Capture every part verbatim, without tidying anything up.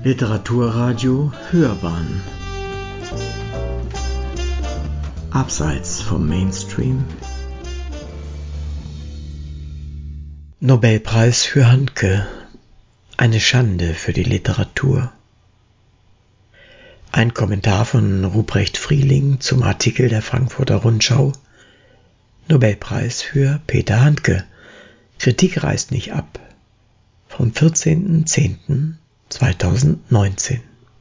Literaturradio Hörbahn Abseits vom Mainstream. Nobelpreis für Handke. Eine Schande für die Literatur. Ein Kommentar von Ruprecht Frieling zum Artikel der Frankfurter Rundschau. Nobelpreis für Peter Handke. Kritik reißt nicht ab. Vom vierzehnten zehnten zweitausendneunzehn.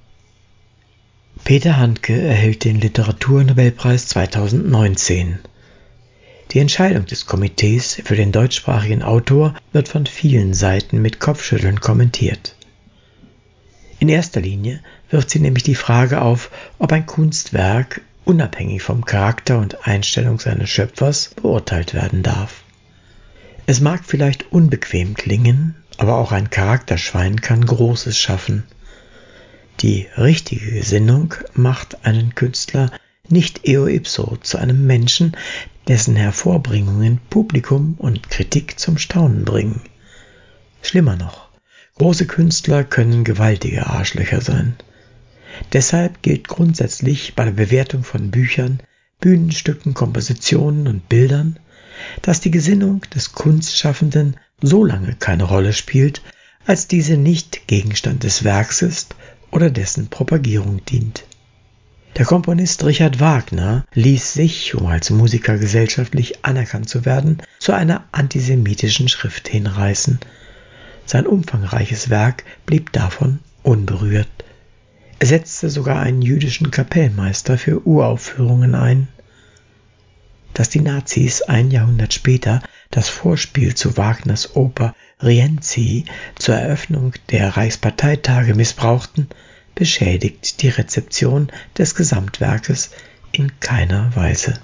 Peter Handke erhält den Literaturnobelpreis zweitausendneunzehn. Die Entscheidung des Komitees für den deutschsprachigen Autor wird von vielen Seiten mit Kopfschütteln kommentiert. In erster Linie wirft sie nämlich die Frage auf, ob ein Kunstwerk unabhängig vom Charakter und Einstellung seines Schöpfers beurteilt werden darf. Es mag vielleicht unbequem klingen, aber auch ein Charakterschwein kann Großes schaffen. Die richtige Gesinnung macht einen Künstler nicht eo ipso zu einem Menschen, dessen Hervorbringungen Publikum und Kritik zum Staunen bringen. Schlimmer noch, große Künstler können gewaltige Arschlöcher sein. Deshalb gilt grundsätzlich bei der Bewertung von Büchern, Bühnenstücken, Kompositionen und Bildern, dass die Gesinnung des Kunstschaffenden so lange keine Rolle spielt, als diese nicht Gegenstand des Werks ist oder dessen Propagierung dient. Der Komponist Richard Wagner ließ sich, um als Musiker gesellschaftlich anerkannt zu werden, zu einer antisemitischen Schrift hinreißen. Sein umfangreiches Werk blieb davon unberührt. Er setzte sogar einen jüdischen Kapellmeister für Uraufführungen ein. Dass die Nazis ein Jahrhundert später das Vorspiel zu Wagners Oper Rienzi zur Eröffnung der Reichsparteitage missbrauchten, beschädigt die Rezeption des Gesamtwerkes in keiner Weise.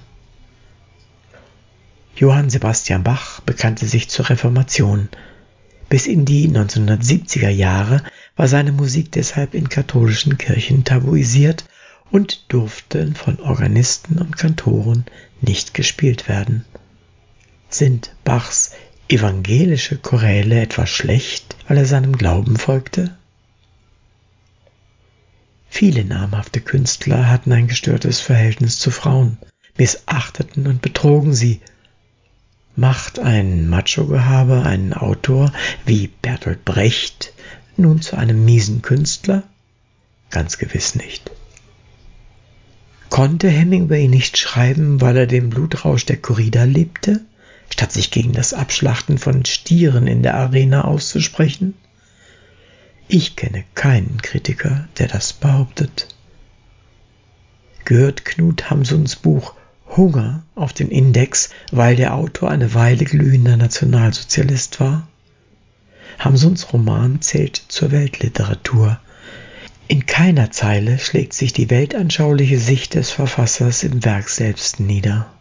Johann Sebastian Bach bekannte sich zur Reformation. Bis in die neunzehnhundertsiebziger Jahre war seine Musik deshalb in katholischen Kirchen tabuisiert und durfte von Organisten und Kantoren nicht gespielt werden. Sind Bachs evangelische Choräle etwa schlecht, weil er seinem Glauben folgte? Viele namhafte Künstler hatten ein gestörtes Verhältnis zu Frauen, missachteten und betrogen sie. Macht ein Macho-Gehabe einen Autor wie Bertolt Brecht nun zu einem miesen Künstler? Ganz gewiss nicht. Konnte Hemingway nicht schreiben, weil er den Blutrausch der Corrida liebte, statt sich gegen das Abschlachten von Stieren in der Arena auszusprechen? Ich kenne keinen Kritiker, der das behauptet. Gehört Knut Hamsuns Buch Hunger auf den Index, weil der Autor eine Weile glühender Nationalsozialist war? Hamsuns Roman zählt zur Weltliteratur. In keiner Zeile schlägt sich die weltanschauliche Sicht des Verfassers im Werk selbst nieder.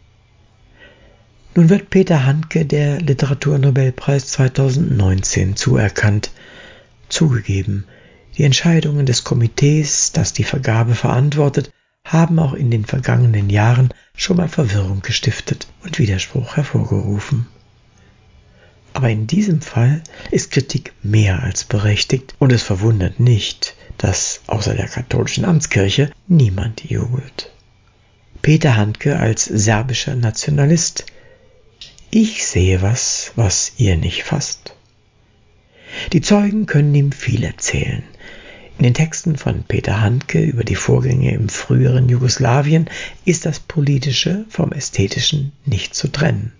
Nun wird Peter Handke der Literaturnobelpreis zweitausendneunzehn zuerkannt. Zugegeben, die Entscheidungen des Komitees, das die Vergabe verantwortet, haben auch in den vergangenen Jahren schon mal Verwirrung gestiftet und Widerspruch hervorgerufen. Aber in diesem Fall ist Kritik mehr als berechtigt und es verwundert nicht, dass außer der katholischen Amtskirche niemand jubelt. Peter Handke als serbischer Nationalist. Ich sehe was, was ihr nicht fasst. Die Zeugen können ihm viel erzählen. In den Texten von Peter Handke über die Vorgänge im früheren Jugoslawien ist das Politische vom Ästhetischen nicht zu trennen.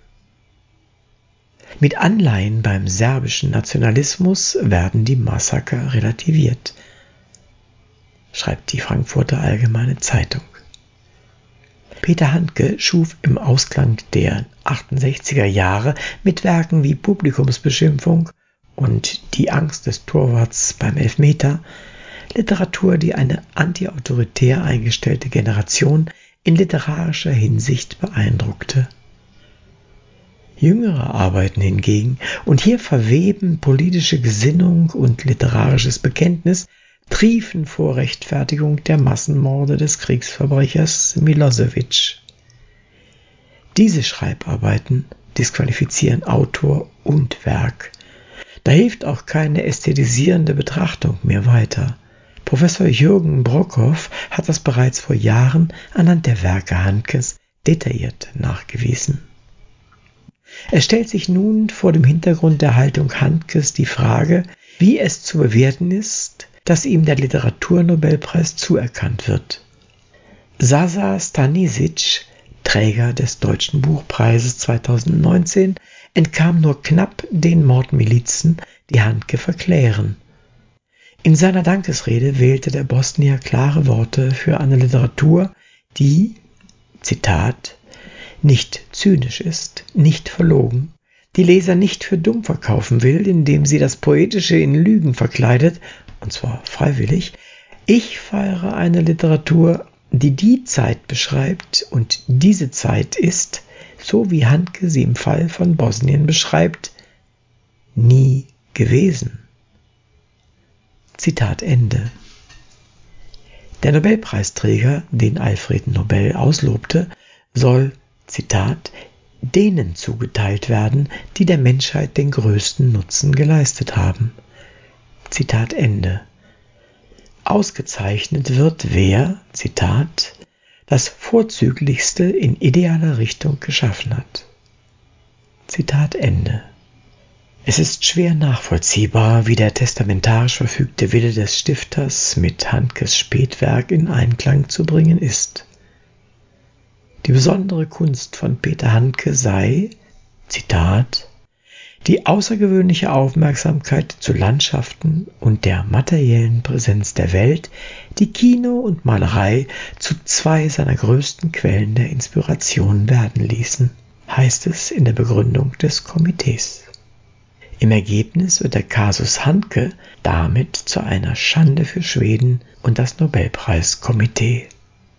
Mit Anleihen beim serbischen Nationalismus werden die Massaker relativiert, schreibt die Frankfurter Allgemeine Zeitung. Peter Handke schuf im Ausklang der achtundsechziger Jahre mit Werken wie Publikumsbeschimpfung und Die Angst des Torwarts beim Elfmeter Literatur, die eine antiautoritär eingestellte Generation in literarischer Hinsicht beeindruckte. Jüngere Arbeiten hingegen, und hier verweben politische Gesinnung und literarisches Bekenntnis, triefen vor Rechtfertigung der Massenmorde des Kriegsverbrechers Milosevic. Diese Schreibarbeiten disqualifizieren Autor und Werk. Da hilft auch keine ästhetisierende Betrachtung mehr weiter. Professor Jürgen Brockhoff hat das bereits vor Jahren anhand der Werke Handkes detailliert nachgewiesen. Es stellt sich nun vor dem Hintergrund der Haltung Handkes die Frage, wie es zu bewerten ist, dass ihm der Literaturnobelpreis zuerkannt wird. Sasa Stanisic, Träger des Deutschen Buchpreises zweitausendneunzehn, entkam nur knapp den Mordmilizen, die Handke verklären. In seiner Dankesrede wählte der Bosnier klare Worte für eine Literatur, die, Zitat, nicht zynisch ist, nicht verlogen, die Leser nicht für dumm verkaufen will, indem sie das Poetische in Lügen verkleidet, und zwar freiwillig. Ich feiere eine Literatur, die die Zeit beschreibt, und diese Zeit ist, so wie Handke sie im Fall von Bosnien beschreibt, nie gewesen. Zitat Ende. Der Nobelpreisträger, den Alfred Nobel auslobte, soll, Zitat, denen zugeteilt werden, die der Menschheit den größten Nutzen geleistet haben. Zitat Ende. Ausgezeichnet wird, wer, Zitat, das Vorzüglichste in idealer Richtung geschaffen hat. Zitat Ende. Es ist schwer nachvollziehbar, wie der testamentarisch verfügte Wille des Stifters mit Handkes Spätwerk in Einklang zu bringen ist. Die besondere Kunst von Peter Handke sei, Zitat, die außergewöhnliche Aufmerksamkeit zu Landschaften und der materiellen Präsenz der Welt, die Kino und Malerei zu zwei seiner größten Quellen der Inspiration werden ließen, heißt es in der Begründung des Komitees. Im Ergebnis wird der Kasus Handke damit zu einer Schande für Schweden und das Nobelpreiskomitee.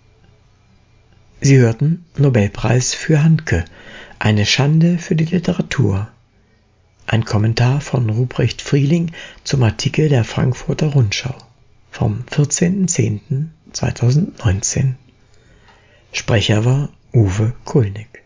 Sie hörten Nobelpreis für Handke, eine Schande für die Literatur. Ein Kommentar von Ruprecht Frieling zum Artikel der Frankfurter Rundschau vom vierzehnten zehnten zweitausendneunzehn. Sprecher war Uwe Kulnig.